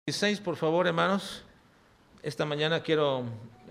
16, por favor, hermanos. Esta mañana quiero...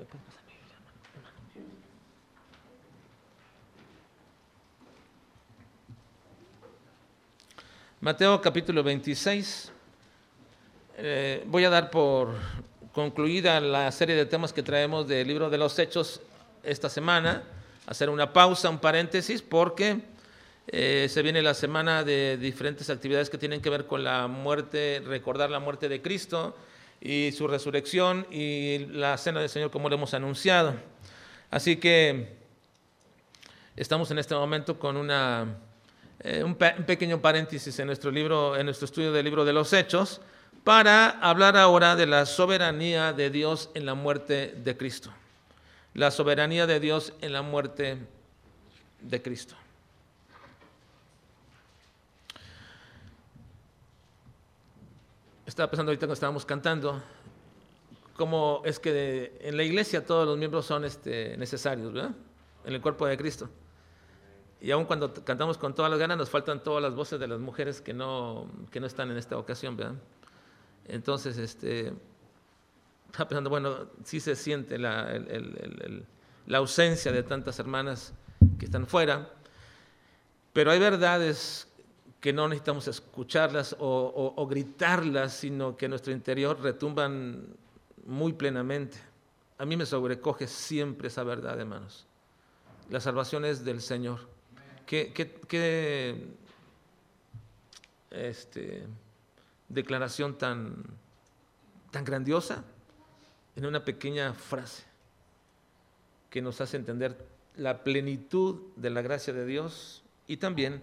Mateo capítulo 26. Voy a dar por concluida la serie de temas que traemos del libro de los Hechos esta semana. Hacer una pausa, un paréntesis, porque se viene la semana de diferentes actividades que tienen que ver con la muerte, recordar la muerte de Cristo y su resurrección y la cena del Señor, como lo hemos anunciado. Así que estamos en este momento con un pequeño paréntesis en nuestro libro, en nuestro estudio del libro de los Hechos, para hablar ahora de la soberanía de Dios en la muerte de Cristo. La soberanía de Dios en la muerte de Cristo. Estaba pensando ahorita cuando estábamos cantando, cómo es que en la iglesia todos los miembros son necesarios, ¿verdad? En el cuerpo de Cristo. Y aun cuando cantamos con todas las ganas, nos faltan todas las voces de las mujeres que no están en esta ocasión, ¿verdad? Entonces, estaba pensando, bueno, sí se siente la ausencia de tantas hermanas que están fuera, pero hay verdades que no necesitamos escucharlas o gritarlas, sino que en nuestro interior retumban muy plenamente. A mí me sobrecoge siempre esa verdad, hermanos. La salvación es del Señor. Qué declaración tan grandiosa en una pequeña frase que nos hace entender la plenitud de la gracia de Dios y también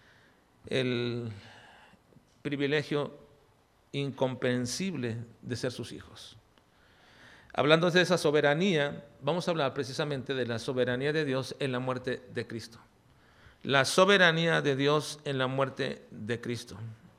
el privilegio incomprensible de ser sus hijos. Hablando de esa soberanía, vamos a hablar precisamente de la soberanía de Dios en la muerte de Cristo. La soberanía de Dios en la muerte de Cristo.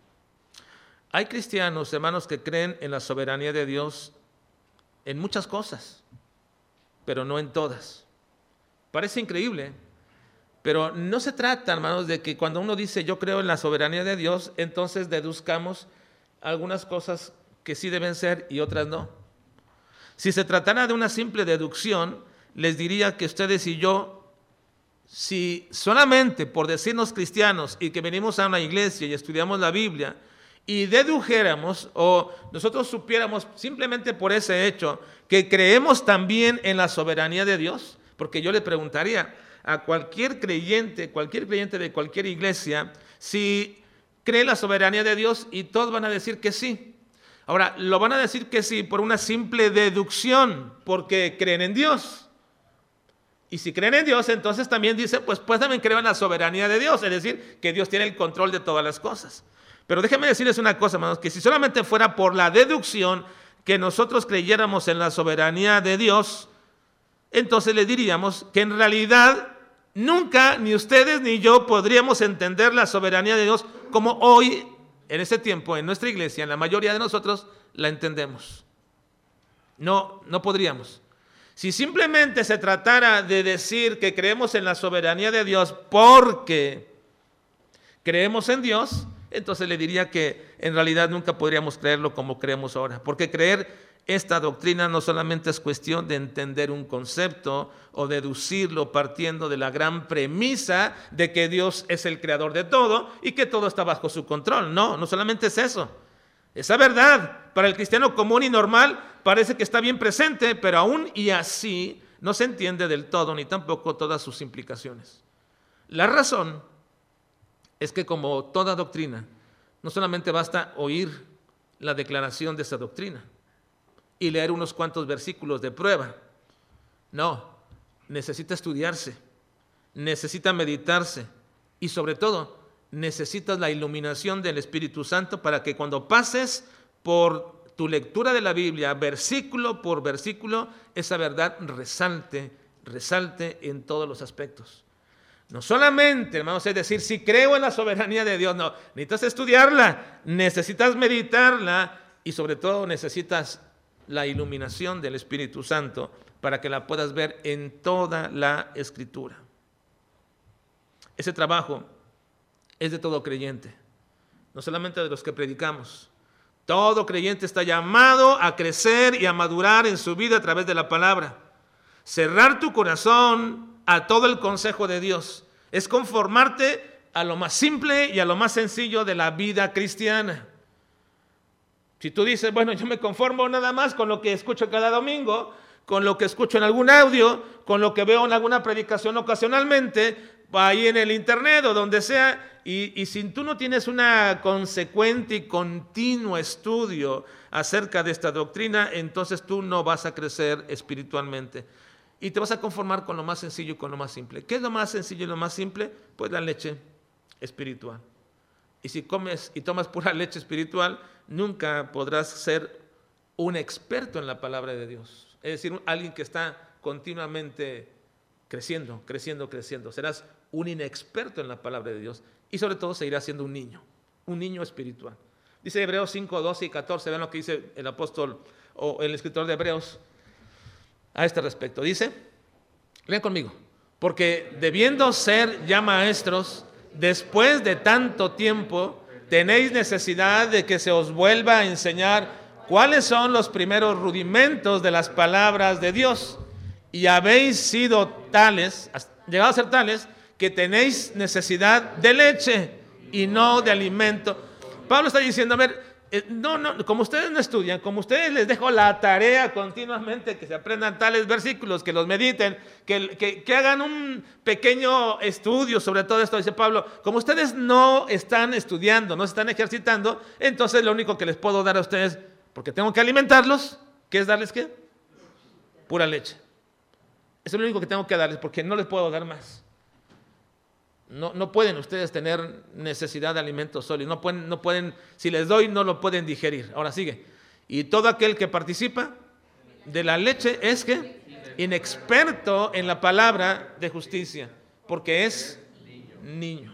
Hay cristianos, hermanos, que creen en la soberanía de Dios en muchas cosas, pero no en todas. Parece increíble, pero no se trata, hermanos, de que cuando uno dice yo creo en la soberanía de Dios, entonces deduzcamos algunas cosas que sí deben ser y otras no. Si se tratara de una simple deducción, les diría que ustedes y yo, si solamente por decirnos cristianos y que venimos a una iglesia y estudiamos la Biblia y dedujéramos o nosotros supiéramos simplemente por ese hecho que creemos también en la soberanía de Dios, porque yo le preguntaría a cualquier creyente de cualquier iglesia si cree la soberanía de Dios y todos van a decir que sí. Ahora, lo van a decir que sí por una simple deducción, porque creen en Dios. Y si creen en Dios, entonces también dicen, pues también creo en la soberanía de Dios, es decir, que Dios tiene el control de todas las cosas. Pero déjenme decirles una cosa, hermanos, que si solamente fuera por la deducción que nosotros creyéramos en la soberanía de Dios, entonces le diríamos que en realidad nunca, ni ustedes ni yo, podríamos entender la soberanía de Dios como hoy, en este tiempo, en nuestra iglesia, en la mayoría de nosotros, la entendemos. No podríamos. Si simplemente se tratara de decir que creemos en la soberanía de Dios porque creemos en Dios, entonces le diría que en realidad nunca podríamos creerlo como creemos ahora. Porque creer esta doctrina no solamente es cuestión de entender un concepto o deducirlo partiendo de la gran premisa de que Dios es el creador de todo y que todo está bajo su control. No solamente es eso. Esa verdad para el cristiano común y normal parece que está bien presente, pero aún y así no se entiende del todo ni tampoco todas sus implicaciones. La razón es que, como toda doctrina, no solamente basta oír la declaración de esa doctrina y leer unos cuantos versículos de prueba. No, necesita estudiarse, necesita meditarse y sobre todo necesitas la iluminación del Espíritu Santo para que cuando pases por tu lectura de la Biblia, versículo por versículo, esa verdad resalte en todos los aspectos. No solamente, hermanos, es decir, si creo en la soberanía de Dios, no, necesitas estudiarla, necesitas meditarla y sobre todo necesitas la iluminación del Espíritu Santo para que la puedas ver en toda la Escritura. Ese trabajo es de todo creyente, no solamente de los que predicamos. Todo creyente está llamado a crecer y a madurar en su vida a través de la palabra. Cerrar tu corazón a todo el consejo de Dios es conformarte a lo más simple y a lo más sencillo de la vida cristiana. Si tú dices, bueno, yo me conformo nada más con lo que escucho cada domingo, con lo que escucho en algún audio, con lo que veo en alguna predicación ocasionalmente, ahí en el internet o donde sea, y si tú no tienes una consecuente y continuo estudio acerca de esta doctrina, entonces tú no vas a crecer espiritualmente. Y te vas a conformar con lo más sencillo y con lo más simple. ¿Qué es lo más sencillo y lo más simple? Pues la leche espiritual. Y si comes y tomas pura leche espiritual, nunca podrás ser un experto en la palabra de Dios. Es decir, alguien que está continuamente creciendo. Serás un inexperto en la palabra de Dios y sobre todo seguirás siendo un niño espiritual. Dice Hebreos 5, 12 y 14, vean lo que dice el apóstol o el escritor de Hebreos a este respecto. Dice, lean conmigo, porque debiendo ser ya maestros, después de tanto tiempo, tenéis necesidad de que se os vuelva a enseñar cuáles son los primeros rudimentos de las palabras de Dios. Y habéis sido tales, llegado a ser tales, que tenéis necesidad de leche y no de alimento. Pablo está diciendo, a ver, como ustedes no estudian, como ustedes les dejo la tarea continuamente, que se aprendan tales versículos, que los mediten, que hagan un pequeño estudio sobre todo esto, dice Pablo, como ustedes no están estudiando, no se están ejercitando, entonces lo único que les puedo dar a ustedes, porque tengo que alimentarlos, ¿qué es darles qué? Pura leche. Eso es lo único que tengo que darles, porque no les puedo dar más. No pueden ustedes tener necesidad de alimentos sólidos. No pueden, si les doy, no lo pueden digerir. Ahora sigue. Y todo aquel que participa de la leche es que inexperto en la palabra de justicia, porque es niño.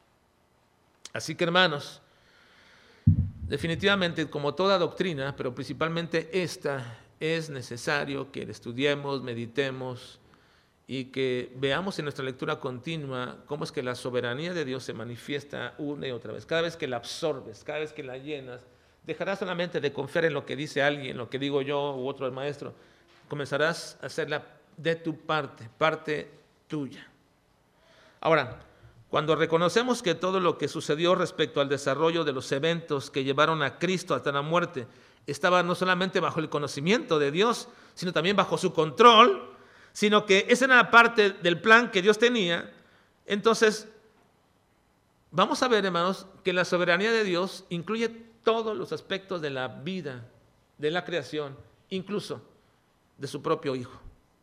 Así que, hermanos, definitivamente, como toda doctrina, pero principalmente esta, es necesario que estudiemos, meditemos y que veamos en nuestra lectura continua cómo es que la soberanía de Dios se manifiesta una y otra vez. Cada vez que la absorbes, cada vez que la llenas, dejarás solamente de confiar en lo que dice alguien, lo que digo yo u otro maestro. Comenzarás a hacerla de tu parte tuya. Ahora, cuando reconocemos que todo lo que sucedió respecto al desarrollo de los eventos que llevaron a Cristo hasta la muerte estaba no solamente bajo el conocimiento de Dios, sino también bajo su control, sino que esa era parte del plan que Dios tenía, entonces vamos a ver, hermanos, que la soberanía de Dios incluye todos los aspectos de la vida, de la creación, incluso de su propio Hijo.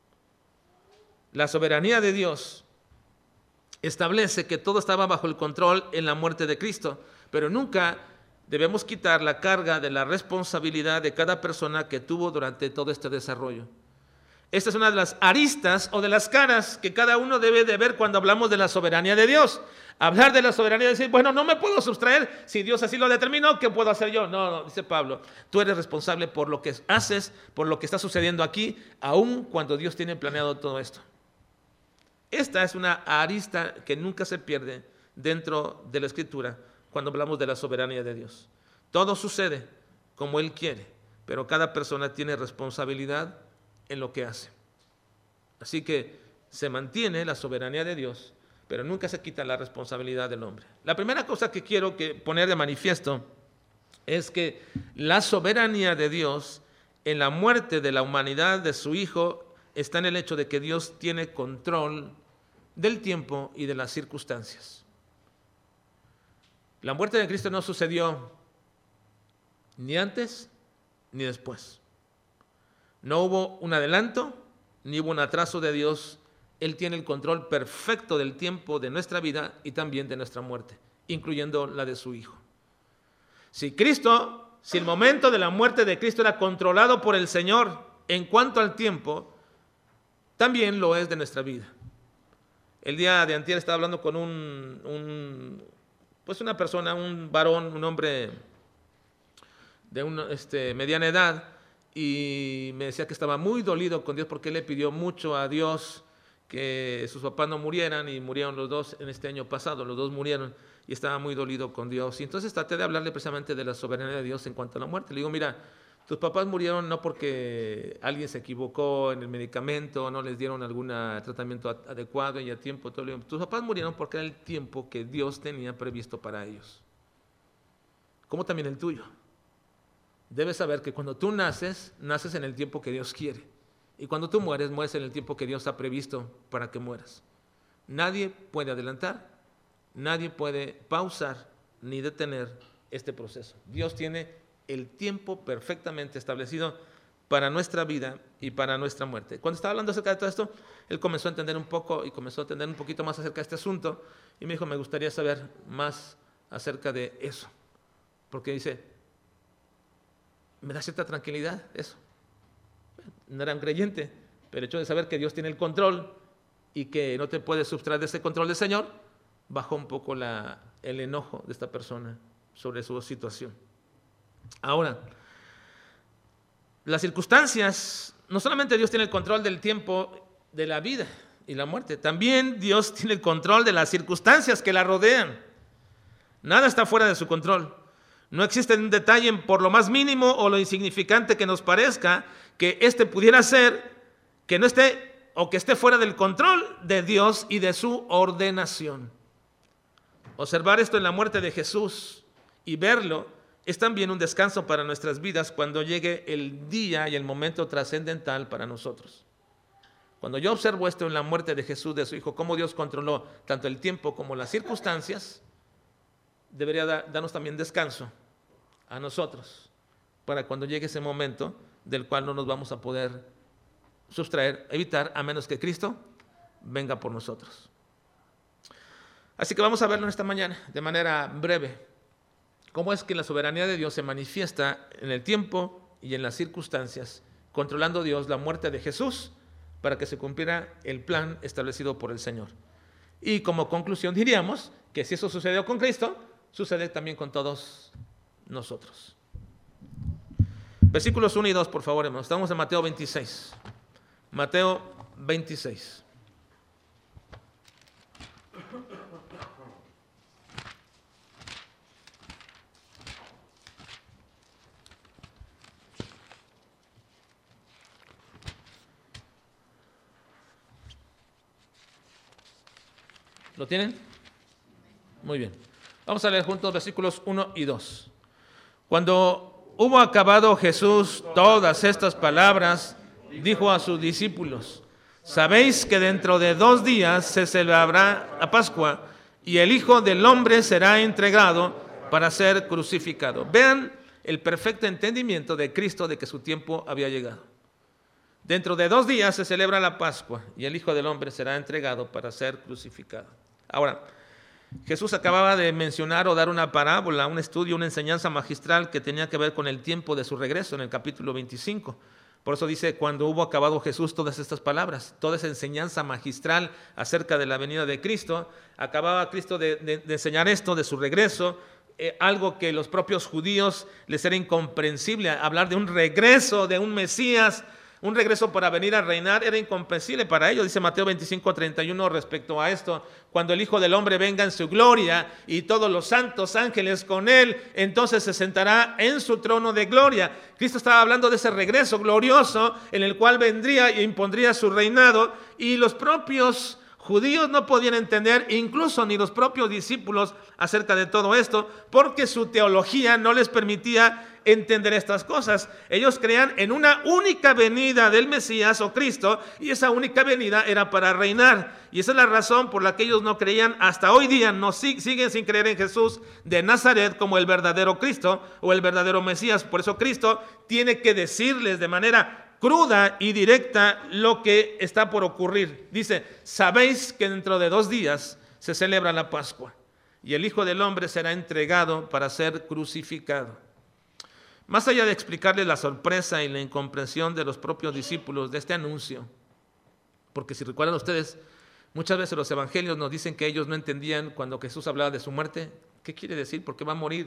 La soberanía de Dios establece que todo estaba bajo el control en la muerte de Cristo, pero nunca debemos quitar la carga de la responsabilidad de cada persona que tuvo durante todo este desarrollo. Esta es una de las aristas o de las caras que cada uno debe de ver cuando hablamos de la soberanía de Dios. Hablar de la soberanía y decir, bueno, no me puedo sustraer, si Dios así lo determinó, ¿qué puedo hacer yo? No, dice Pablo, tú eres responsable por lo que haces, por lo que está sucediendo aquí, aun cuando Dios tiene planeado todo esto. Esta es una arista que nunca se pierde dentro de la Escritura cuando hablamos de la soberanía de Dios. Todo sucede como Él quiere, pero cada persona tiene responsabilidad en lo que hace. Así que se mantiene la soberanía de Dios, pero nunca se quita la responsabilidad del hombre. La primera cosa que quiero poner de manifiesto es que la soberanía de Dios en la muerte de la humanidad de su Hijo está en el hecho de que Dios tiene control del tiempo y de las circunstancias. La muerte de Cristo no sucedió ni antes ni después. No hubo un adelanto, ni hubo un atraso de Dios. Él tiene el control perfecto del tiempo de nuestra vida y también de nuestra muerte, incluyendo la de su Hijo. Si el momento de la muerte de Cristo era controlado por el Señor en cuanto al tiempo, también lo es de nuestra vida. El día de antier estaba hablando con una persona, un varón, un hombre de mediana edad, y me decía que estaba muy dolido con Dios porque él le pidió mucho a Dios que sus papás no murieran, y murieron los dos en este año pasado, los dos murieron, y estaba muy dolido con Dios. Y entonces traté de hablarle precisamente de la soberanía de Dios en cuanto a la muerte. Le digo, mira, tus papás murieron no porque alguien se equivocó en el medicamento, no les dieron algún tratamiento adecuado y a tiempo. Todo. Tus papás murieron porque era el tiempo que Dios tenía previsto para ellos, como también el tuyo. Debes saber que cuando tú naces, naces en el tiempo que Dios quiere. Y cuando tú mueres, mueres en el tiempo que Dios ha previsto para que mueras. Nadie puede adelantar, nadie puede pausar ni detener este proceso. Dios tiene el tiempo perfectamente establecido para nuestra vida y para nuestra muerte. Cuando estaba hablando acerca de todo esto, él comenzó a entender un poco y comenzó a entender un poquito más acerca de este asunto, y me dijo, me gustaría saber más acerca de eso, porque dice, me da cierta tranquilidad eso. No era un creyente, pero el hecho de saber que Dios tiene el control y que no te puedes sustraer de ese control del Señor, bajó un poco el enojo de esta persona sobre su situación. Ahora, las circunstancias, no solamente Dios tiene el control del tiempo de la vida y la muerte, también Dios tiene el control de las circunstancias que la rodean. Nada está fuera de su control. No existe un detalle, por lo más mínimo o lo insignificante que nos parezca, que éste pudiera ser, que no esté o que esté fuera del control de Dios y de su ordenación. Observar esto en la muerte de Jesús y verlo es también un descanso para nuestras vidas cuando llegue el día y el momento trascendental para nosotros. Cuando yo observo esto en la muerte de Jesús, de su Hijo, cómo Dios controló tanto el tiempo como las circunstancias, debería darnos también descanso a nosotros para cuando llegue ese momento del cual no nos vamos a poder sustraer, evitar, a menos que Cristo venga por nosotros. Así que vamos a verlo en esta mañana de manera breve. Cómo es que la soberanía de Dios se manifiesta en el tiempo y en las circunstancias, controlando Dios la muerte de Jesús para que se cumpliera el plan establecido por el Señor. Y como conclusión diríamos que si eso sucedió con Cristo, sucede también con todos nosotros. Versículos 1 y 2, por favor, hermanos. Estamos en Mateo 26. Mateo 26. ¿Lo tienen? Muy bien. Vamos a leer juntos versículos 1 y 2. Cuando hubo acabado Jesús todas estas palabras, dijo a sus discípulos, sabéis que dentro de 2 días se celebrará la Pascua y el Hijo del Hombre será entregado para ser crucificado. Vean el perfecto entendimiento de Cristo de que su tiempo había llegado. Dentro de 2 días se celebra la Pascua y el Hijo del Hombre será entregado para ser crucificado. Ahora, Jesús acababa de mencionar o dar una parábola, un estudio, una enseñanza magistral que tenía que ver con el tiempo de su regreso en el capítulo 25. Por eso dice, cuando hubo acabado Jesús todas estas palabras, toda esa enseñanza magistral acerca de la venida de Cristo, acababa Cristo de enseñar esto, de su regreso, algo que los propios judíos les era incomprensible. Hablar de un regreso, de un Mesías, un regreso para venir a reinar, era incomprensible para ellos. Dice Mateo 25:31 respecto a esto, cuando el Hijo del Hombre venga en su gloria y todos los santos ángeles con él, entonces se sentará en su trono de gloria. Cristo estaba hablando de ese regreso glorioso en el cual vendría e impondría su reinado, y los propios judíos no podían entender, incluso ni los propios discípulos, acerca de todo esto, porque su teología no les permitía entender estas cosas. Ellos creían en una única venida del Mesías o Cristo, y esa única venida era para reinar. Y esa es la razón por la que ellos no creían, hasta hoy día no siguen sin creer en Jesús de Nazaret como el verdadero Cristo o el verdadero Mesías. Por eso Cristo tiene que decirles de manera cruda y directa lo que está por ocurrir. Dice, sabéis que dentro de 2 días se celebra la Pascua y el Hijo del Hombre será entregado para ser crucificado. Más allá de explicarles la sorpresa y la incomprensión de los propios discípulos de este anuncio, porque si recuerdan ustedes, muchas veces los evangelios nos dicen que ellos no entendían cuando Jesús hablaba de su muerte. ¿Qué quiere decir? ¿Por qué va a morir?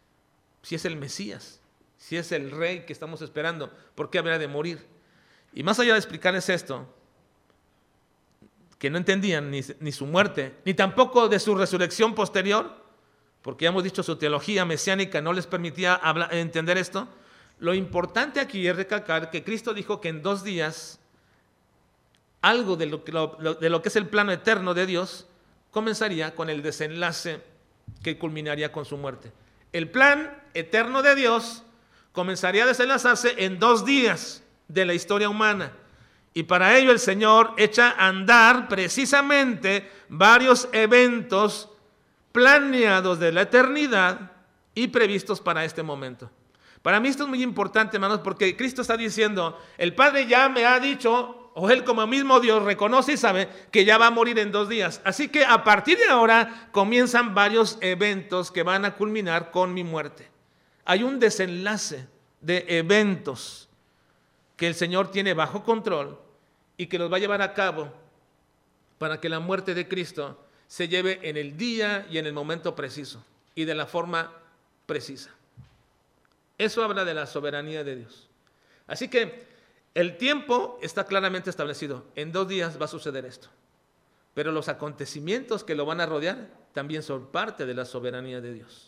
Si es el Mesías, si es el Rey que estamos esperando, ¿por qué habría de morir? Y más allá de explicarles esto, que no entendían ni su muerte, ni tampoco de su resurrección posterior, porque ya hemos dicho su teología mesiánica no les permitía entender esto. Lo importante aquí es recalcar que Cristo dijo que en 2 días algo de lo que es el plano eterno de Dios comenzaría con el desenlace que culminaría con su muerte. El plan eterno de Dios comenzaría a desenlazarse en 2 días de la historia humana. Y para ello el Señor echa a andar precisamente varios eventos planeados de la eternidad y previstos para este momento. Para mí esto es muy importante, hermanos, porque Cristo está diciendo, el Padre ya me ha dicho, o Él como mismo Dios reconoce y sabe que ya va a morir en 2 días. Así que a partir de ahora comienzan varios eventos que van a culminar con mi muerte. Hay un desenlace de eventos que el Señor tiene bajo control y que los va a llevar a cabo para que la muerte de Cristo se lleve en el día y en el momento preciso y de la forma precisa. Eso habla de la soberanía de Dios. Así que el tiempo está claramente establecido. En 2 días va a suceder esto. Pero los acontecimientos que lo van a rodear también son parte de la soberanía de Dios.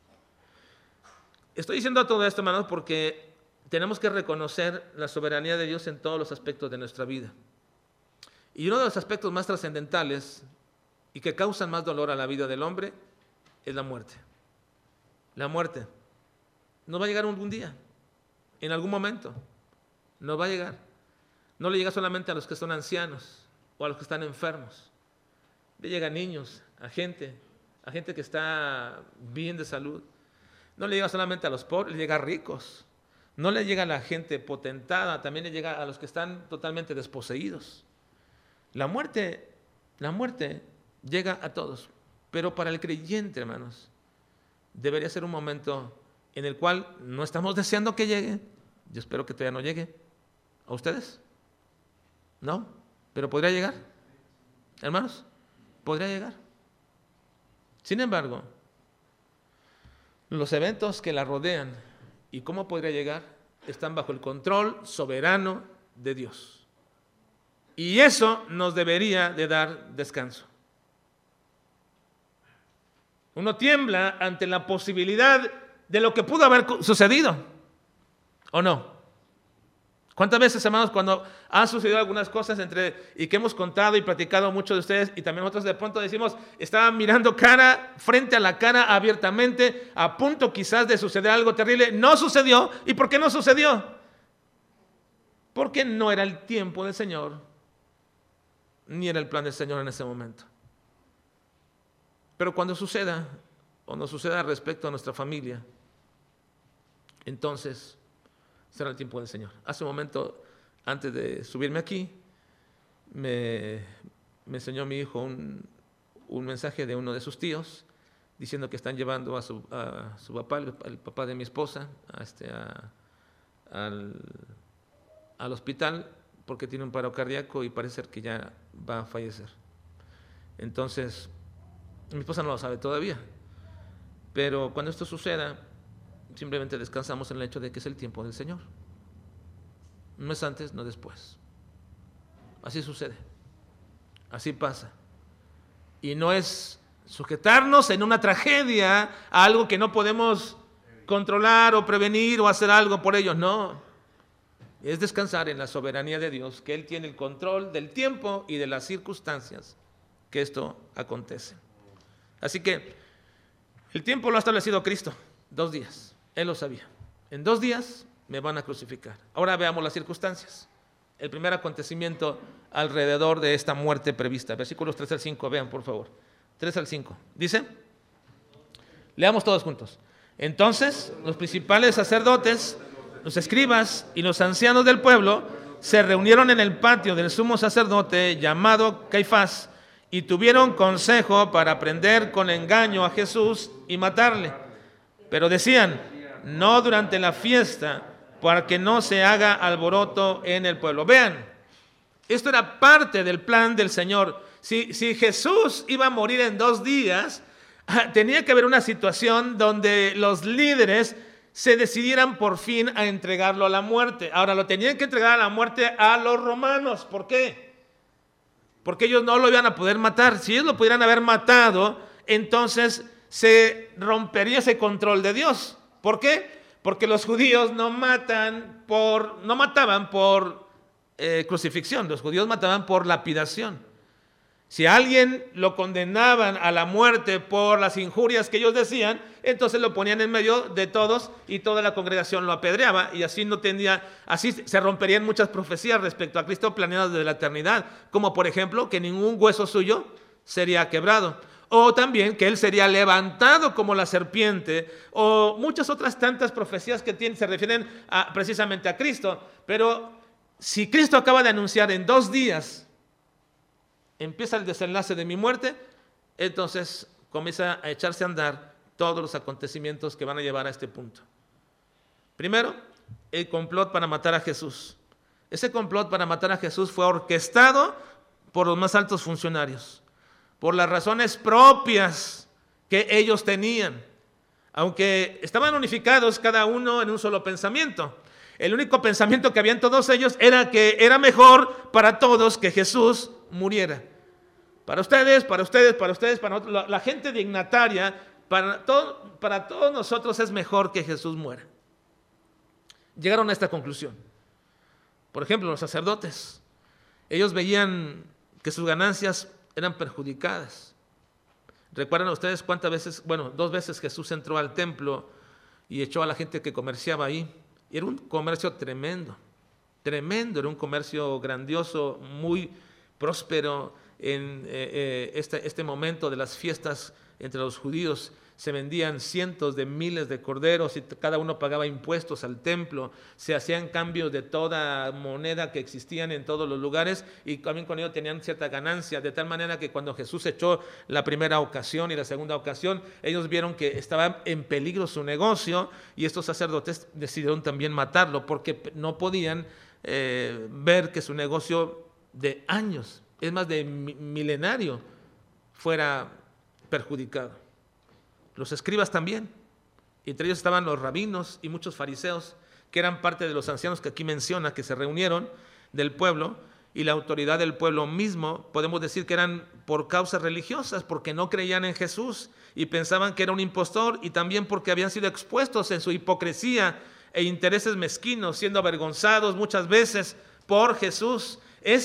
Estoy diciendo todo esto, hermanos, porque tenemos que reconocer la soberanía de Dios en todos los aspectos de nuestra vida. Y uno de los aspectos más trascendentales y que causan más dolor a la vida del hombre es la muerte. La muerte nos va a llegar algún día, en algún momento, nos va a llegar. No le llega solamente a los que son ancianos o a los que están enfermos. Le llega a niños, a gente que está bien de salud. No le llega solamente a los pobres, le llega a ricos. No le llega a la gente potentada, también le llega a los que están totalmente desposeídos. La muerte llega a todos, pero para el creyente, hermanos, debería ser un momento en el cual no estamos deseando que llegue. Yo espero que todavía no llegue. ¿A ustedes? ¿No? ¿Pero podría llegar? Hermanos, podría llegar. Sin embargo, los eventos que la rodean y cómo podría llegar están bajo el control soberano de Dios. Y eso nos debería de dar descanso. Uno tiembla ante la posibilidad de lo que pudo haber sucedido, ¿o no? ¿Cuántas veces, hermanos, cuando han sucedido algunas cosas y que hemos contado y platicado muchos de ustedes, y también nosotros de pronto decimos, estaban mirando frente a la cara abiertamente, a punto quizás de suceder algo terrible, no sucedió? ¿Y por qué no sucedió? Porque no era el tiempo del Señor, ni era el plan del Señor en ese momento. Pero cuando suceda, o nos suceda respecto a nuestra familia, entonces será el tiempo del Señor. Hace un momento, antes de subirme aquí, me enseñó mi hijo un mensaje de uno de sus tíos, diciendo que están llevando a su papá, el papá de mi esposa, al hospital, porque tiene un paro cardíaco y parece ser que ya va a fallecer. Entonces, mi esposa no lo sabe todavía, pero cuando esto suceda, simplemente descansamos en el hecho de que es el tiempo del Señor. No es antes, no después. Así sucede. Así pasa. Y no es sujetarnos en una tragedia a algo que no podemos controlar o prevenir o hacer algo por ello. No. Es descansar en la soberanía de Dios, que Él tiene el control del tiempo y de las circunstancias que esto acontece. Así que el tiempo lo ha establecido Cristo. 2 días. Él lo sabía. En 2 días me van a crucificar. Ahora veamos las circunstancias. El primer acontecimiento alrededor de esta muerte prevista. Versículos 3 al 5, vean por favor. 3 al 5. Dice, leamos todos juntos. Entonces los principales sacerdotes, los escribas y los ancianos del pueblo se reunieron en el patio del sumo sacerdote llamado Caifás y tuvieron consejo para prender con engaño a Jesús y matarle. Pero decían, no durante la fiesta, para que no se haga alboroto en el pueblo. Vean, esto era parte del plan del Señor. Si Jesús iba a morir en 2 días, tenía que haber una situación donde los líderes se decidieran por fin a entregarlo a la muerte. Ahora, lo tenían que entregar a la muerte a los romanos. ¿Por qué? porque ellos no lo iban a poder matar. Si ellos lo pudieran haber matado, entonces se rompería ese control de Dios. ¿Por qué? Porque los judíos no mataban por crucifixión, los judíos mataban por lapidación. Si a alguien lo condenaban a la muerte por las injurias que ellos decían, entonces lo ponían en medio de todos y toda la congregación lo apedreaba, y así así se romperían muchas profecías respecto a Cristo planeadas desde la eternidad, como por ejemplo que ningún hueso suyo sería quebrado, o también que él sería levantado como la serpiente, o muchas otras tantas profecías que se refieren precisamente a Cristo. Pero si Cristo acaba de anunciar en 2 días empieza el desenlace de mi muerte, entonces comienza a echarse a andar todos los acontecimientos que van a llevar a este punto. Primero, el complot para matar a Jesús. Ese complot para matar a Jesús fue orquestado por los más altos funcionarios, por las razones propias que ellos tenían, aunque estaban unificados cada uno en un solo pensamiento. El único pensamiento que había en todos ellos era que era mejor para todos que Jesús muriera. Para ustedes, para nosotros, la gente dignataria, para todos nosotros es mejor que Jesús muera. Llegaron a esta conclusión. Por ejemplo, los sacerdotes, ellos veían que sus ganancias eran perjudicadas. ¿Recuerdan ustedes cuántas veces? 2 veces Jesús entró al templo y echó a la gente que comerciaba ahí. Y era un comercio tremendo, era un comercio grandioso, muy próspero en este momento de las fiestas entre los judíos. Se vendían cientos de miles de corderos y cada uno pagaba impuestos al templo. Se hacían cambios de toda moneda que existían en todos los lugares y también con ello tenían cierta ganancia, de tal manera que cuando Jesús echó la primera ocasión y la segunda ocasión, ellos vieron que estaba en peligro su negocio y estos sacerdotes decidieron también matarlo porque no podían ver que su negocio de años, es más de milenario, fuera perjudicado. Los escribas también, entre ellos estaban los rabinos y muchos fariseos, que eran parte de los ancianos que aquí menciona, que se reunieron del pueblo, y la autoridad del pueblo mismo, podemos decir que eran por causas religiosas, porque no creían en Jesús y pensaban que era un impostor, y también porque habían sido expuestos en su hipocresía e intereses mezquinos, siendo avergonzados muchas veces por Jesús.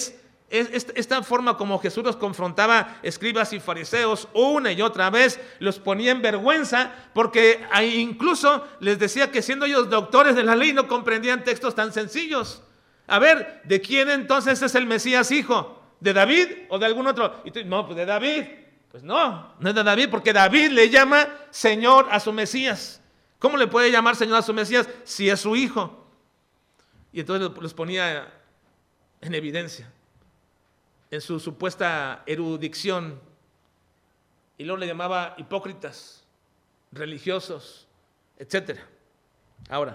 Esta forma como Jesús los confrontaba, escribas y fariseos, una y otra vez, los ponía en vergüenza, porque incluso les decía que siendo ellos doctores de la ley no comprendían textos tan sencillos. A ver, ¿de quién entonces es el Mesías hijo? ¿De David o de algún otro? Y tú, no, pues de David. Pues no es de David, porque David le llama Señor a su Mesías. ¿Cómo le puede llamar Señor a su Mesías si es su hijo? Y entonces los ponía en evidencia en su supuesta erudición, y luego le llamaba hipócritas, religiosos, etc. Ahora,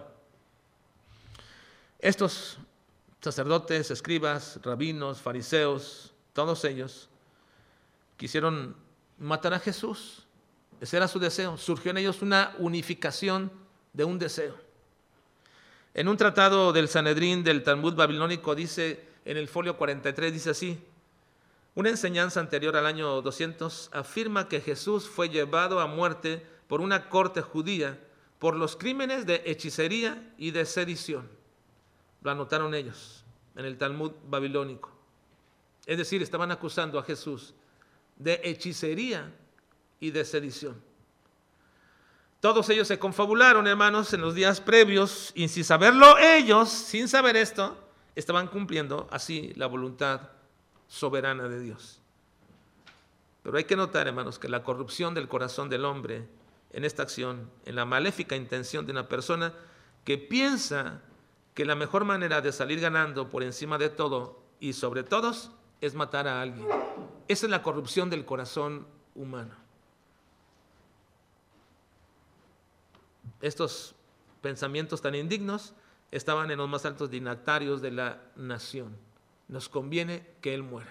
estos sacerdotes, escribas, rabinos, fariseos, todos ellos quisieron matar a Jesús. Ese era su deseo. Surgió en ellos una unificación de un deseo. En un tratado del Sanedrín del Talmud babilónico dice, en el folio 43, dice así: una enseñanza anterior al año 200 afirma que Jesús fue llevado a muerte por una corte judía por los crímenes de hechicería y de sedición. Lo anotaron ellos en el Talmud babilónico. Es decir, estaban acusando a Jesús de hechicería y de sedición. Todos ellos se confabularon, hermanos, en los días previos, y sin saberlo ellos, sin saber esto, estaban cumpliendo así la voluntad soberana de Dios. Pero hay que notar, hermanos, que la corrupción del corazón del hombre en esta acción, en la maléfica intención de una persona que piensa que la mejor manera de salir ganando por encima de todo y sobre todos es matar a alguien. Esa es la corrupción del corazón humano. Estos pensamientos tan indignos estaban en los más altos dignatarios de la nación. Nos conviene que Él muera.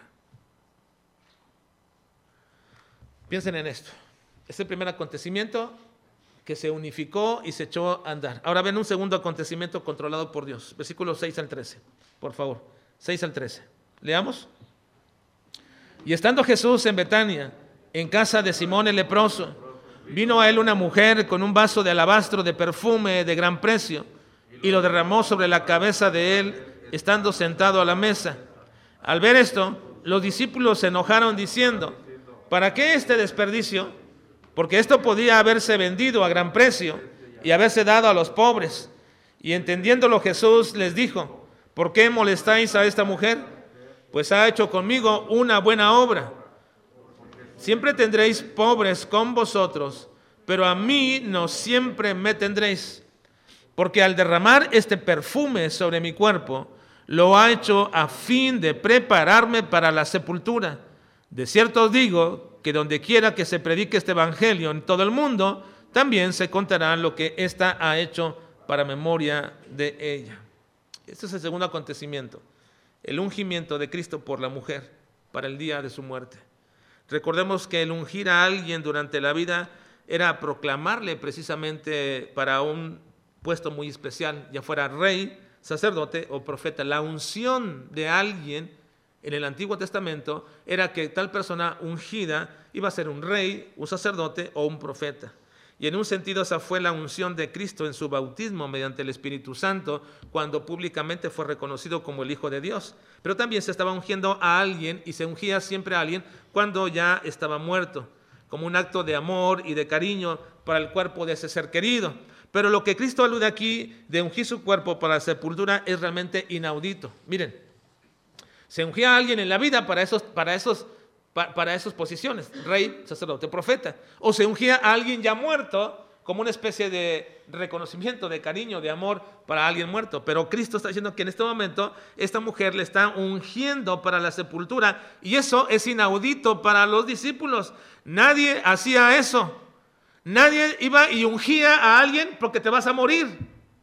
Piensen en esto. Es el primer acontecimiento que se unificó y se echó a andar. Ahora ven un segundo acontecimiento controlado por Dios. Versículos 6 al 13, por favor. 6 al 13. Leamos. Y estando Jesús en Betania, en casa de Simón el leproso, vino a él una mujer con un vaso de alabastro de perfume de gran precio, y lo derramó sobre la cabeza de él, estando sentado a la mesa. Al ver esto, los discípulos se enojaron diciendo: ¿para qué este desperdicio? Porque esto podía haberse vendido a gran precio y haberse dado a los pobres. Y entendiéndolo, Jesús les dijo: ¿por qué molestáis a esta mujer? Pues ha hecho conmigo una buena obra. Siempre tendréis pobres con vosotros, pero a mí no siempre me tendréis. Porque al derramar este perfume sobre mi cuerpo, lo ha hecho a fin de prepararme para la sepultura. De cierto os digo que donde quiera que se predique este evangelio en todo el mundo, también se contará lo que ésta ha hecho para memoria de ella. Este es el segundo acontecimiento, el ungimiento de Cristo por la mujer para el día de su muerte. Recordemos que el ungir a alguien durante la vida era proclamarle precisamente para un puesto muy especial, ya fuera rey, sacerdote o profeta. La unción de alguien en el Antiguo Testamento era que tal persona ungida iba a ser un rey, un sacerdote o un profeta. Y en un sentido esa fue la unción de Cristo en su bautismo mediante el Espíritu Santo, cuando públicamente fue reconocido como el Hijo de Dios. Pero también se estaba ungiendo a alguien, y se ungía siempre a alguien cuando ya estaba muerto, como un acto de amor y de cariño para el cuerpo de ese ser querido. Pero lo que Cristo alude aquí de ungir su cuerpo para la sepultura es realmente inaudito. Miren, se ungía a alguien en la vida para esas posiciones, rey, sacerdote, profeta. O se ungía a alguien ya muerto como una especie de reconocimiento, de cariño, de amor para alguien muerto. Pero Cristo está diciendo que en este momento esta mujer le está ungiendo para la sepultura, y eso es inaudito para los discípulos. Nadie hacía eso. Nadie iba y ungía a alguien porque te vas a morir.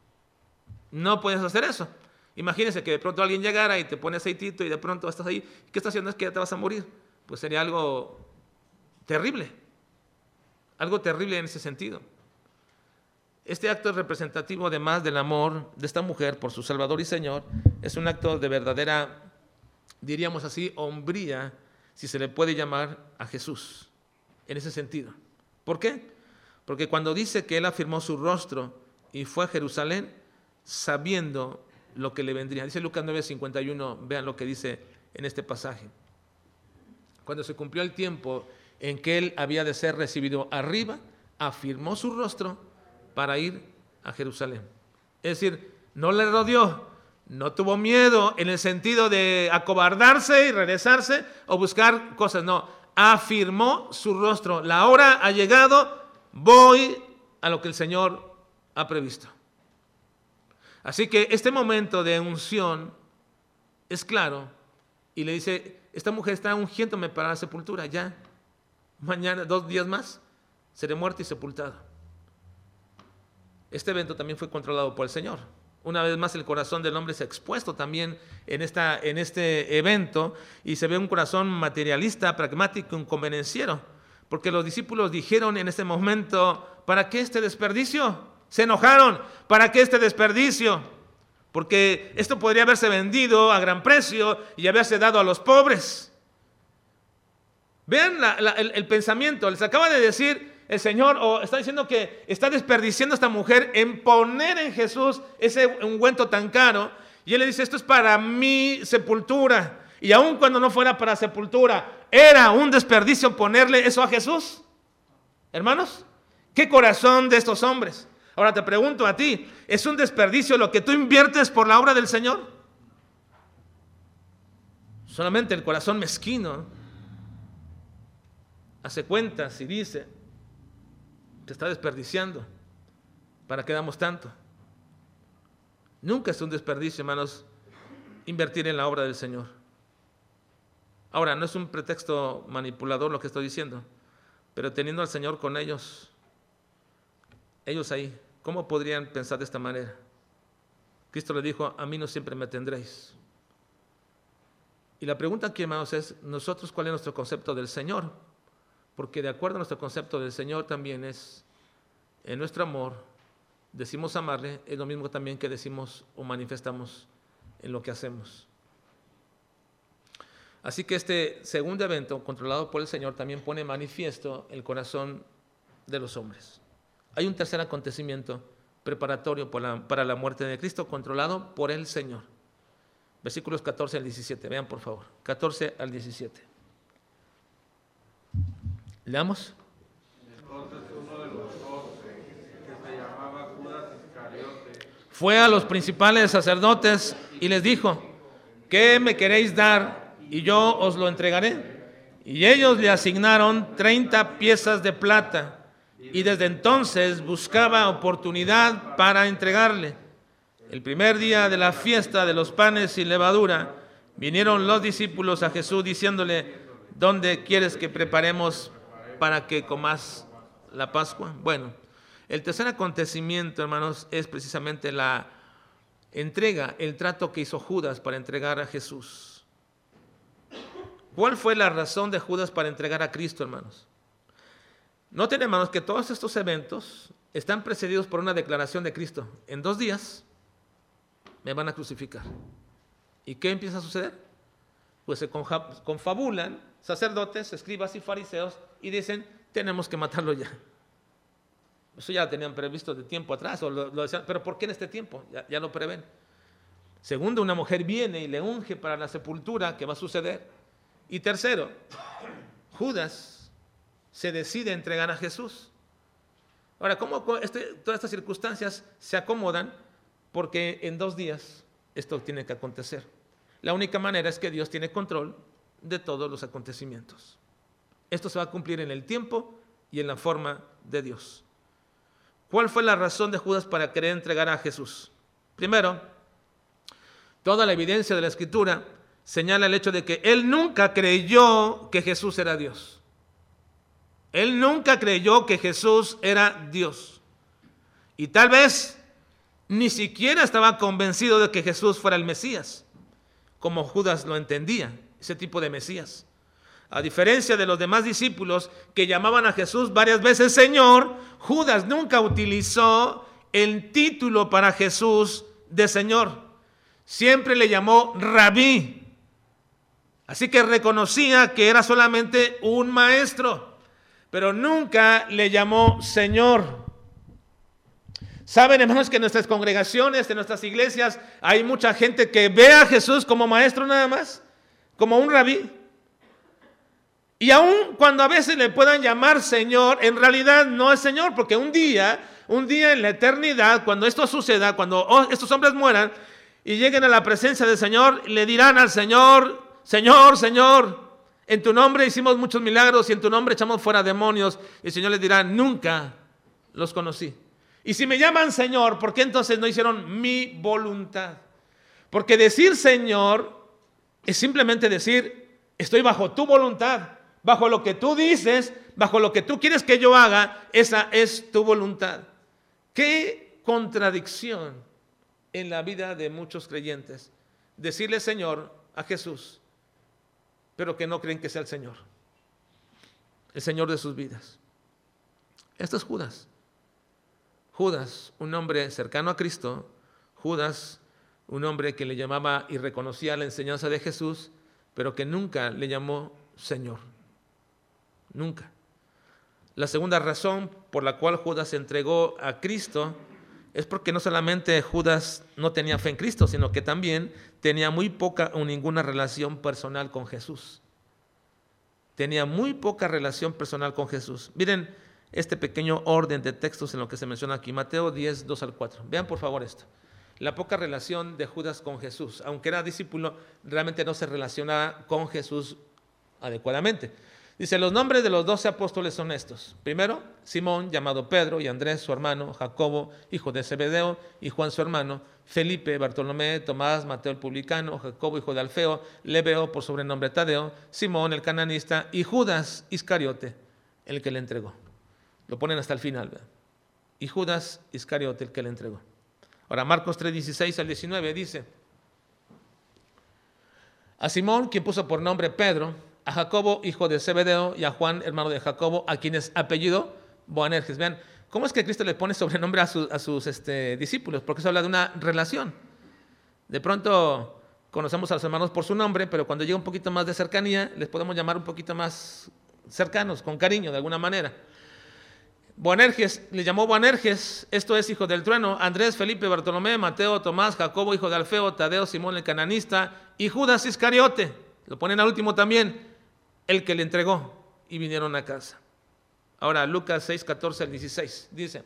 No puedes hacer eso. Imagínense que de pronto alguien llegara y te pone aceitito y de pronto estás ahí. ¿Qué está haciendo? Es que ya te vas a morir. Pues sería algo terrible. Algo terrible en ese sentido. Este acto es representativo además del amor de esta mujer por su Salvador y Señor. Es un acto de verdadera, diríamos así, hombría, si se le puede llamar, a Jesús. En ese sentido. ¿Por qué? Porque cuando dice que él afirmó su rostro y fue a Jerusalén sabiendo lo que le vendría. Dice Lucas 9:51, vean lo que dice en este pasaje. Cuando se cumplió el tiempo en que él había de ser recibido arriba, afirmó su rostro para ir a Jerusalén. Es decir, no le rodeó, no tuvo miedo en el sentido de acobardarse y regresarse o buscar cosas, no. Afirmó su rostro. La hora ha llegado, voy a lo que el Señor ha previsto. Así que este momento de unción es claro, y le dice: esta mujer está ungiéndome para la sepultura, ya, mañana, 2 días más, seré muerto y sepultado. Este evento también fue controlado por el Señor. Una vez más el corazón del hombre se ha expuesto también en este evento, y se ve un corazón materialista, pragmático, inconvenenciero, porque los discípulos dijeron en ese momento: ¿para qué este desperdicio? Se enojaron: ¿para qué este desperdicio? Porque esto podría haberse vendido a gran precio y haberse dado a los pobres. Vean el pensamiento. Les acaba de decir el Señor, o está diciendo que está desperdiciando a esta mujer en poner en Jesús ese ungüento tan caro, y él le dice: esto es para mi sepultura. Y aun cuando no fuera para sepultura, ¿era un desperdicio ponerle eso a Jesús? Hermanos, ¿qué corazón de estos hombres? Ahora te pregunto a ti, ¿es un desperdicio lo que tú inviertes por la obra del Señor? Solamente el corazón mezquino hace cuentas y dice: te está desperdiciando, ¿para qué damos tanto? Nunca es un desperdicio, hermanos, invertir en la obra del Señor. Ahora, no es un pretexto manipulador lo que estoy diciendo, pero teniendo al Señor con ellos ahí, ¿cómo podrían pensar de esta manera? Cristo le dijo: a mí no siempre me tendréis. Y la pregunta aquí, hermanos, es: nosotros, ¿cuál es nuestro concepto del Señor? Porque de acuerdo a nuestro concepto del Señor también es, en nuestro amor, decimos amarle, es lo mismo también que decimos o manifestamos en lo que hacemos. Así que este segundo evento, controlado por el Señor, también pone manifiesto el corazón de los hombres. Hay un tercer acontecimiento preparatorio para la muerte de Cristo, controlado por el Señor. Versículos 14 al 17, vean por favor, 14 al 17. Leamos. Entonces uno de los 12, que se llamaba Judas Iscariote, Fue a los principales sacerdotes y les dijo: ¿qué me queréis dar? Y yo os lo entregaré. Y ellos le asignaron 30 piezas de plata, y desde entonces buscaba oportunidad para entregarle. El primer día de la fiesta de los panes sin levadura, vinieron los discípulos a Jesús diciéndole: ¿dónde quieres que preparemos para que comas la Pascua? Bueno, el tercer acontecimiento, hermanos, es precisamente la entrega, el trato que hizo Judas para entregar a Jesús. ¿Cuál fue la razón de Judas para entregar a Cristo, hermanos? Noten, hermanos, que todos estos eventos están precedidos por una declaración de Cristo: en 2 días me van a crucificar. ¿Y qué empieza a suceder? Pues se confabulan sacerdotes, escribas y fariseos y dicen: tenemos que matarlo ya. Eso ya lo tenían previsto de tiempo atrás, o lo decían, pero ¿por qué en este tiempo? Ya lo prevén. Segundo, una mujer viene y le unge para la sepultura, que va a suceder. Y tercero, Judas se decide entregar a Jesús. Ahora, ¿cómo todas estas circunstancias se acomodan? Porque en 2 días esto tiene que acontecer. La única manera es que Dios tiene control de todos los acontecimientos. Esto se va a cumplir en el tiempo y en la forma de Dios. ¿Cuál fue la razón de Judas para querer entregar a Jesús? Primero, toda la evidencia de la Escritura señala el hecho de que él nunca creyó que Jesús era Dios. Él nunca creyó que Jesús era Dios. Y tal vez ni siquiera estaba convencido de que Jesús fuera el Mesías, como Judas lo entendía, ese tipo de Mesías. A diferencia de los demás discípulos que llamaban a Jesús varias veces Señor, Judas nunca utilizó el título para Jesús de Señor. Siempre le llamó Rabí. Así que reconocía que era solamente un maestro, pero nunca le llamó Señor. Saben, hermanos, que en nuestras congregaciones, en nuestras iglesias, hay mucha gente que ve a Jesús como maestro nada más, como un rabí. Y aun cuando a veces le puedan llamar Señor, en realidad no es Señor, porque un día en la eternidad, cuando esto suceda, cuando estos hombres mueran y lleguen a la presencia del Señor, le dirán al Señor: Señor, Señor, en tu nombre hicimos muchos milagros y en tu nombre echamos fuera demonios. Y el Señor les dirá: nunca los conocí. Y si me llaman Señor, ¿por qué entonces no hicieron mi voluntad? Porque decir Señor es simplemente decir: estoy bajo tu voluntad, bajo lo que tú dices, bajo lo que tú quieres que yo haga, esa es tu voluntad. Qué contradicción en la vida de muchos creyentes, decirle Señor a Jesús, pero que no creen que sea el Señor de sus vidas. Esto es Judas. Judas, un hombre cercano a Cristo. Judas, un hombre que le llamaba y reconocía la enseñanza de Jesús, pero que nunca le llamó Señor. Nunca. La segunda razón por la cual Judas se entregó a Cristo es porque no solamente Judas no tenía fe en Cristo, sino que también tenía muy poca o ninguna relación personal con Jesús. Tenía muy poca relación personal con Jesús. Miren este pequeño orden de textos en lo que se menciona aquí, Mateo 10, 2 al 4. Vean por favor esto. La poca relación de Judas con Jesús. Aunque era discípulo, realmente no se relacionaba con Jesús adecuadamente. Dice: los nombres de los 12 apóstoles son estos. Primero, Simón, llamado Pedro, y Andrés, su hermano, Jacobo, hijo de Zebedeo, y Juan, su hermano, Felipe, Bartolomé, Tomás, Mateo el publicano, Jacobo, hijo de Alfeo, Lebeo, por sobrenombre Tadeo, Simón el cananista, y Judas Iscariote, el que le entregó. Lo ponen hasta el final, ¿verdad? Y Judas Iscariote, el que le entregó. Ahora, Marcos 3, 16 al 19 dice: a Simón, quien puso por nombre Pedro, a Jacobo, hijo de Zebedeo, y a Juan, hermano de Jacobo, a quienes apellido Boanerges. Vean, ¿cómo es que Cristo le pone sobrenombre a sus discípulos? Porque eso habla de una relación. De pronto, conocemos a los hermanos por su nombre, pero cuando llega un poquito más de cercanía, les podemos llamar un poquito más cercanos, con cariño, de alguna manera. Boanerges, le llamó Boanerges, esto es hijo del trueno, Andrés, Felipe, Bartolomé, Mateo, Tomás, Jacobo, hijo de Alfeo, Tadeo, Simón el cananista y Judas Iscariote, lo ponen al último también, el que le entregó, y vinieron a casa. Ahora, Lucas 6, 14 al 16, dice: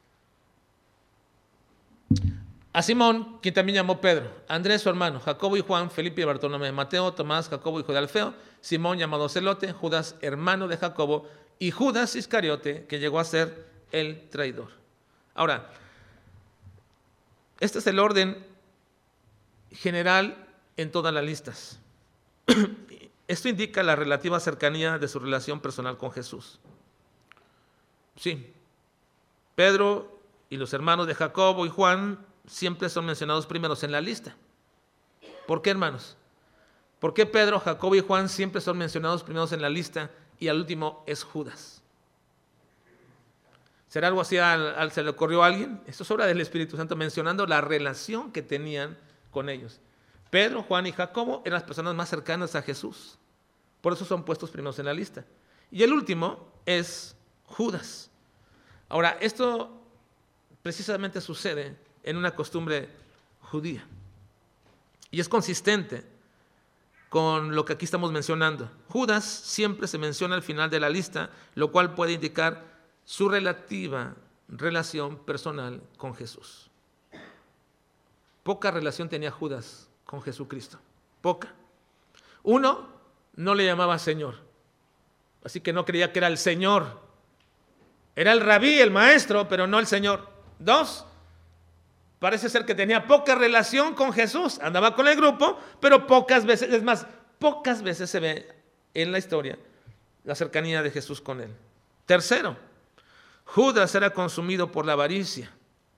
a Simón, quien también llamó Pedro, Andrés su hermano, Jacobo y Juan, Felipe y Bartolomé, Mateo, Tomás, Jacobo, hijo de Alfeo, Simón llamado Celote, Judas, hermano de Jacobo, y Judas Iscariote, que llegó a ser el traidor. Ahora, este es el orden general en todas las listas. Esto indica la relativa cercanía de su relación personal con Jesús. Sí, Pedro y los hermanos de Jacobo y Juan siempre son mencionados primeros en la lista. ¿Por qué, hermanos? ¿Por qué Pedro, Jacobo y Juan siempre son mencionados primeros en la lista y al último es Judas? ¿Será algo así se le ocurrió a alguien? Esto es obra del Espíritu Santo mencionando la relación que tenían con ellos. Pedro, Juan y Jacobo eran las personas más cercanas a Jesús. Por eso son puestos primeros en la lista. Y el último es Judas. Ahora, esto precisamente sucede en una costumbre judía. Y es consistente con lo que aquí estamos mencionando. Judas siempre se menciona al final de la lista, lo cual puede indicar su relativa relación personal con Jesús. Poca relación tenía Judas con Jesucristo. Poca. Uno, no le llamaba Señor. Así que no creía que era el Señor. Era el rabí, el maestro, pero no el Señor. Dos, parece ser que tenía poca relación con Jesús. Andaba con el grupo, pero pocas veces, es más, pocas veces se ve en la historia la cercanía de Jesús con él. Tercero, Judas era consumido por la avaricia,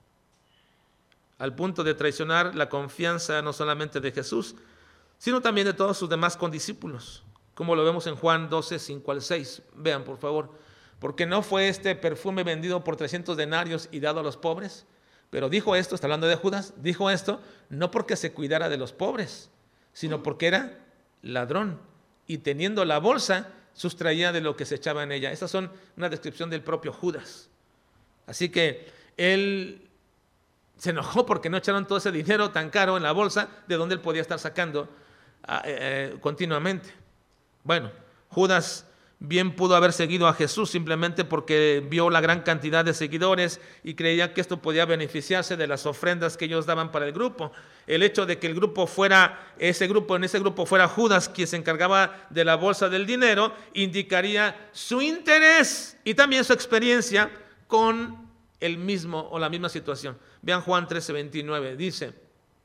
al punto de traicionar la confianza no solamente de Jesús, sino también de todos sus demás condiscípulos, como lo vemos en Juan 12, 5 al 6. Vean, por favor. Porque no fue este perfume vendido por 300 denarios y dado a los pobres. Pero dijo esto, está hablando de Judas, dijo esto no porque se cuidara de los pobres, sino porque era ladrón y teniendo la bolsa sustraía de lo que se echaba en ella. Esas son una descripción del propio Judas. Así que él se enojó porque no echaron todo ese dinero tan caro en la bolsa de donde él podía estar sacando continuamente. Bueno, Judas bien pudo haber seguido a Jesús simplemente porque vio la gran cantidad de seguidores y creía que esto podía beneficiarse de las ofrendas que ellos daban para el grupo. El hecho de que el grupo fuera, en ese grupo fuera Judas quien se encargaba de la bolsa del dinero, indicaría su interés y también su experiencia con el mismo o la misma situación. Vean Juan 13:29, dice: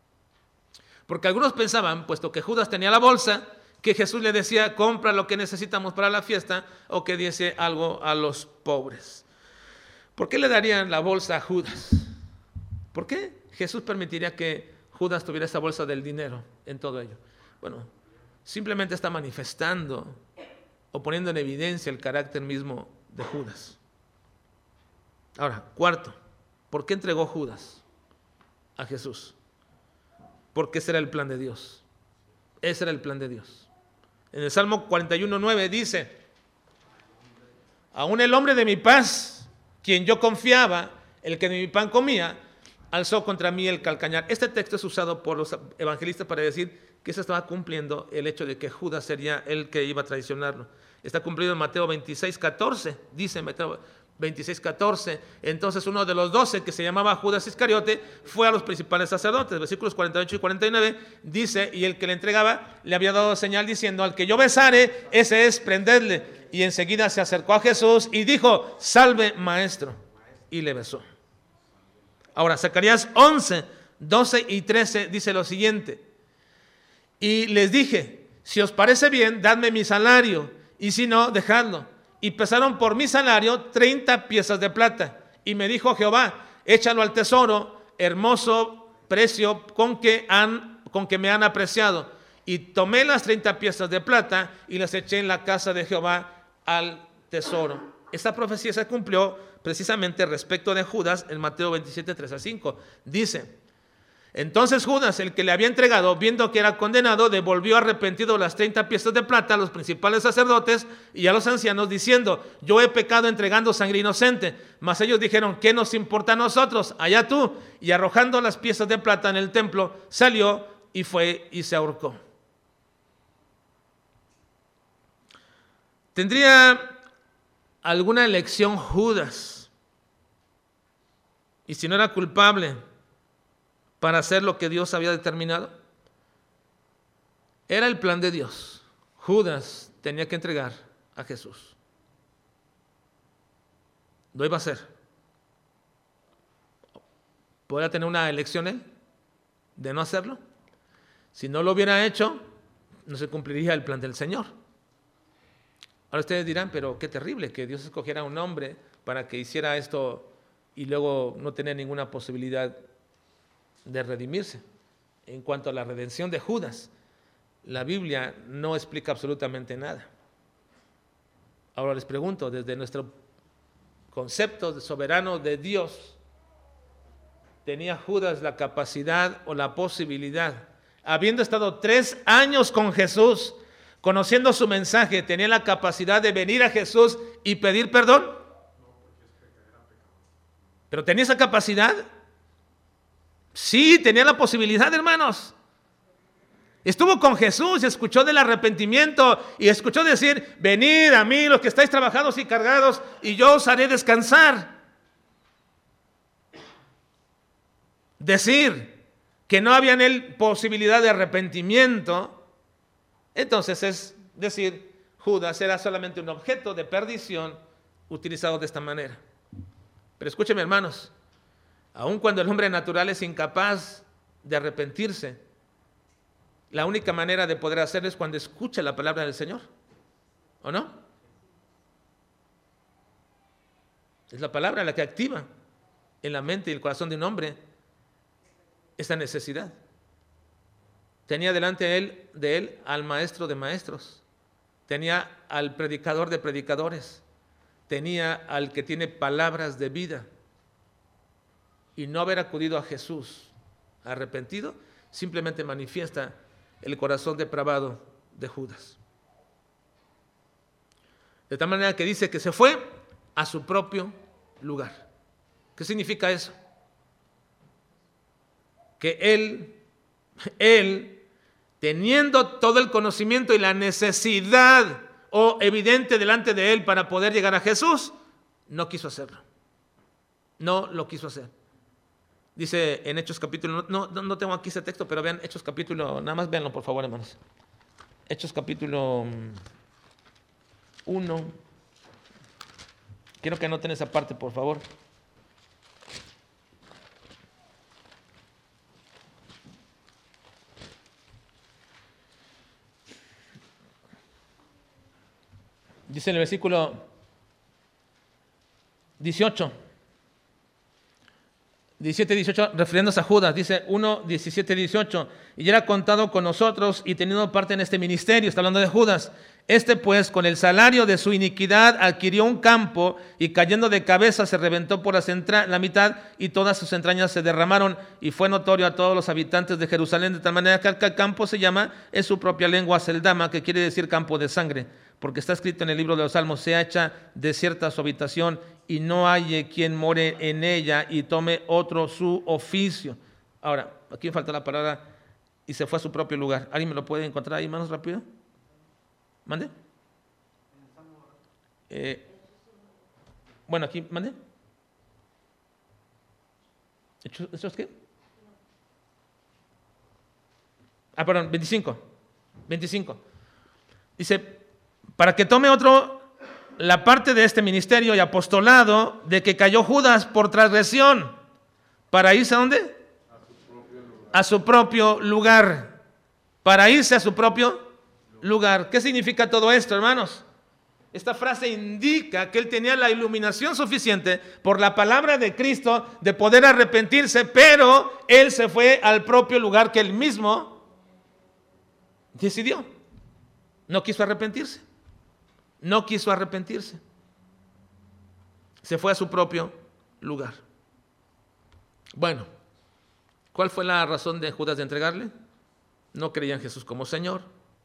porque algunos pensaban, puesto que Judas tenía la bolsa, que Jesús le decía, compra lo que necesitamos para la fiesta, o que diese algo a los pobres. ¿Por qué le darían la bolsa a Judas? ¿Por qué Jesús permitiría que Judas tuviera esa bolsa del dinero en todo ello? Bueno, simplemente está manifestando o poniendo en evidencia el carácter mismo de Judas. Ahora, cuarto, ¿por qué entregó Judas a Jesús? Porque ese era el plan de Dios. Ese era el plan de Dios. En el Salmo 41:9 dice: aún el hombre de mi paz, quien yo confiaba, el que de mi pan comía, alzó contra mí el calcañar. Este texto es usado por los evangelistas para decir que se estaba cumpliendo el hecho de que Judas sería el que iba a traicionarlo. Está cumplido en Mateo 26:14, dice Mateo 26:14. Entonces uno de los 12, que se llamaba Judas Iscariote, fue a los principales sacerdotes. Versículos 48 y 49 dice: y el que le entregaba le había dado señal diciendo: al que yo besare, ese es, prendedle. Y enseguida se acercó a Jesús y dijo: salve, maestro. Y le besó. Ahora, Zacarías 11, 12 y 13 dice lo siguiente: y les dije, si os parece bien, dadme mi salario, y si no, dejadlo. Y pesaron por mi salario 30 piezas de plata. Y me dijo Jehová: échalo al tesoro, hermoso precio con que me han apreciado. Y tomé las 30 piezas de plata y las eché en la casa de Jehová al tesoro. Esta profecía se cumplió precisamente respecto de Judas en Mateo 27, 3 a 5. Dice: Entonces Judas, el que le había entregado, viendo que era condenado, devolvió arrepentido las 30 piezas de plata a los principales sacerdotes y a los ancianos, diciendo: yo he pecado entregando sangre inocente. Mas ellos dijeron: ¿qué nos importa a nosotros? Allá tú. Y arrojando las piezas de plata en el templo, salió y fue y se ahorcó. ¿Tendría alguna elección Judas? Y si no era culpable para hacer lo que Dios había determinado, era el plan de Dios. Judas tenía que entregar a Jesús. Lo iba a hacer. ¿Podría tener una elección él de no hacerlo? Si no lo hubiera hecho, no se cumpliría el plan del Señor. Ahora ustedes dirán: pero qué terrible que Dios escogiera a un hombre para que hiciera esto y luego no tener ninguna posibilidad de redimirse. En cuanto a la redención de Judas, la Biblia no explica absolutamente nada. Ahora les pregunto, desde nuestro concepto de soberano de Dios, ¿tenía Judas la capacidad o la posibilidad, habiendo estado 3 años con Jesús, conociendo su mensaje, tenía la capacidad de venir a Jesús y pedir perdón? ¿Pero tenía esa capacidad? Sí, tenía la posibilidad, hermanos. Estuvo con Jesús, escuchó del arrepentimiento y escuchó decir: venid a mí los que estáis trabajados y cargados y yo os haré descansar. Decir que no había en él posibilidad de arrepentimiento, entonces es decir, Judas era solamente un objeto de perdición utilizado de esta manera. Pero escúcheme, hermanos, aun cuando el hombre natural es incapaz de arrepentirse, la única manera de poder hacerlo es cuando escucha la palabra del Señor, ¿o no? Es la palabra la que activa en la mente y el corazón de un hombre esta necesidad. Tenía delante de él al maestro de maestros, tenía al predicador de predicadores, tenía al que tiene palabras de vida. Y no haber acudido a Jesús arrepentido simplemente manifiesta el corazón depravado de Judas. De tal manera que dice que se fue a su propio lugar. ¿Qué significa eso? Que él, teniendo todo el conocimiento y la necesidad evidente delante de él para poder llegar a Jesús, no quiso hacerlo. No lo quiso hacer. Dice en Hechos capítulo, no tengo aquí ese texto, pero vean Hechos capítulo, nada más véanlo por favor, hermanos. Hechos capítulo 1. Quiero que anoten esa parte, por favor. Dice en el versículo 18, 17-18, refiriéndose a Judas, dice 1, 17-18, y era contado con nosotros y teniendo parte en este ministerio. Está hablando de Judas. Este pues, con el salario de su iniquidad, adquirió un campo y cayendo de cabeza se reventó por la mitad y todas sus entrañas se derramaron, y fue notorio a todos los habitantes de Jerusalén, de tal manera que el campo se llama en su propia lengua Seldama, que quiere decir campo de sangre, porque está escrito en el libro de los Salmos: sea hecha desierta su habitación y no haya quien more en ella y tome otro su oficio. Ahora, aquí me falta la palabra y se fue a su propio lugar. ¿Alguien me lo puede encontrar ahí, manos, rápido? ¿Mande? Bueno, aquí, ¿mande? ¿Hechos qué? Perdón, 25. Dice: para que tome otro la parte de este ministerio y apostolado de que cayó Judas por transgresión, para irse ¿a dónde? A su propio lugar. Para irse a su propio lugar. ¿Qué significa todo esto, hermanos? Esta frase indica que él tenía la iluminación suficiente por la palabra de Cristo de poder arrepentirse, pero él se fue al propio lugar que él mismo decidió. No quiso arrepentirse. Se fue a su propio lugar. Bueno, ¿Cuál fue la razón de Judas de entregarle? No creía en Jesús como Señor.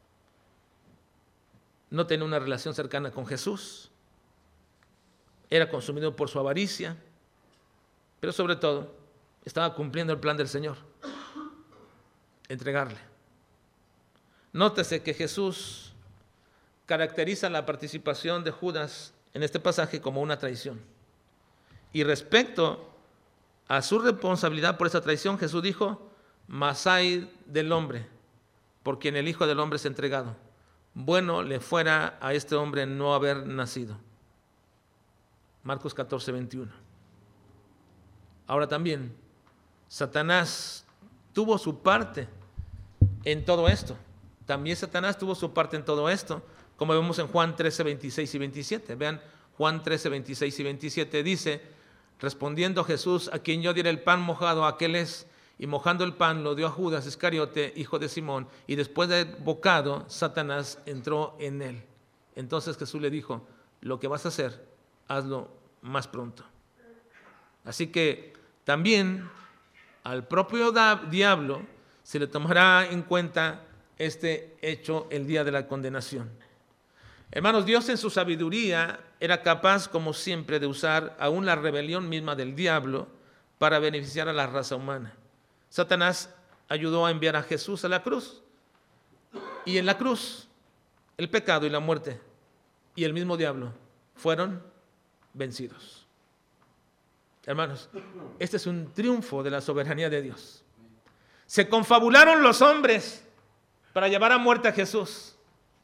No tenía una relación cercana con Jesús. Era consumido por su avaricia. Pero sobre todo, estaba cumpliendo el plan del Señor. Entregarle. Nótese que Jesús caracteriza la participación de Judas en este pasaje como una traición. Y respecto a su responsabilidad por esa traición, Jesús dijo: mas ay del hombre, por quien el Hijo del Hombre es entregado. Bueno le fuera a este hombre no haber nacido. Marcos 14, 21. Ahora también, Satanás tuvo su parte en todo esto. También Satanás tuvo su parte en todo esto, como vemos en Juan 13, 26 y 27. Vean, Juan 13, 26 y 27 dice: respondiendo Jesús: a quien yo diera el pan mojado, aquel es. Y mojando el pan lo dio a Judas Iscariote, hijo de Simón, y después de bocado, Satanás entró en él. Entonces Jesús le dijo: lo que vas a hacer, hazlo más pronto. Así que también al propio diablo se le tomará en cuenta este hecho el día de la condenación. Hermanos, Dios en su sabiduría era capaz, como siempre, de usar aún la rebelión misma del diablo para beneficiar a la raza humana. Satanás ayudó a enviar a Jesús a la cruz. Y en la cruz, el pecado y la muerte y el mismo diablo fueron vencidos. Hermanos, este es un triunfo de la soberanía de Dios. Se confabularon los hombres para llevar a muerte a Jesús.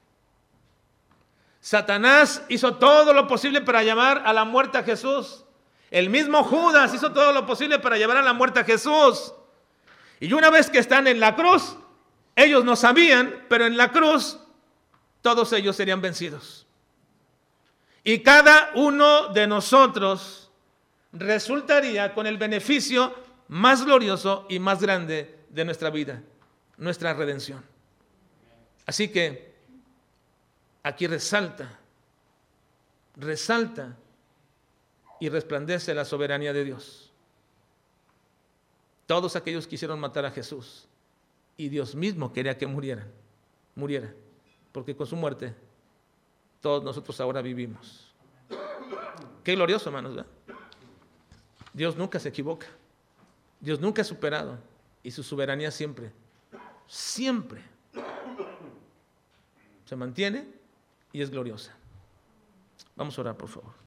Satanás hizo todo lo posible para llevar a la muerte a Jesús. El mismo Judas hizo todo lo posible para llevar a la muerte a Jesús. Y una vez que están en la cruz, ellos no sabían, pero en la cruz todos ellos serían vencidos. Y cada uno de nosotros resultaría con el beneficio más glorioso y más grande de nuestra vida, nuestra redención. Así que aquí resalta y resplandece la soberanía de Dios. Todos aquellos quisieron matar a Jesús y Dios mismo quería que muriera, porque con su muerte todos nosotros ahora vivimos. Qué glorioso, hermanos, ¿verdad? Dios nunca se equivoca. Dios nunca es superado y su soberanía siempre se mantiene y es gloriosa. Vamos a orar, por favor.